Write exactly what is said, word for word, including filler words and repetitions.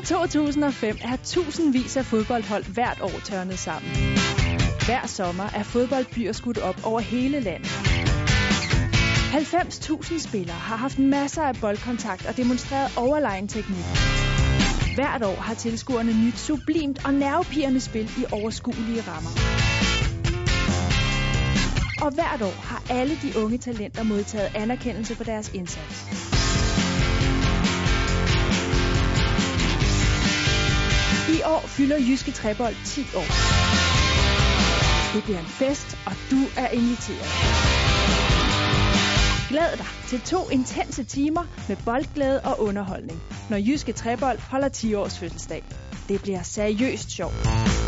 to tusind og fem er tusindvis af fodboldhold hvert år tørnet sammen. Hver sommer er fodboldbyer skudt op over hele landet. halvfems tusind spillere har haft masser af boldkontakt og demonstreret overlegen teknik. Hvert år har tilskuerne nyt sublimt og nervepirrende spil i overskuelige rammer. Og hvert år har alle de unge talenter modtaget anerkendelse for deres indsats. I år fylder Jyske Trebold ti år. Det bliver en fest, og du er inviteret. Glæd dig til to intense timer med boldglæde og underholdning, når Jyske Trebold holder ti års fødselsdag. Det bliver seriøst sjovt.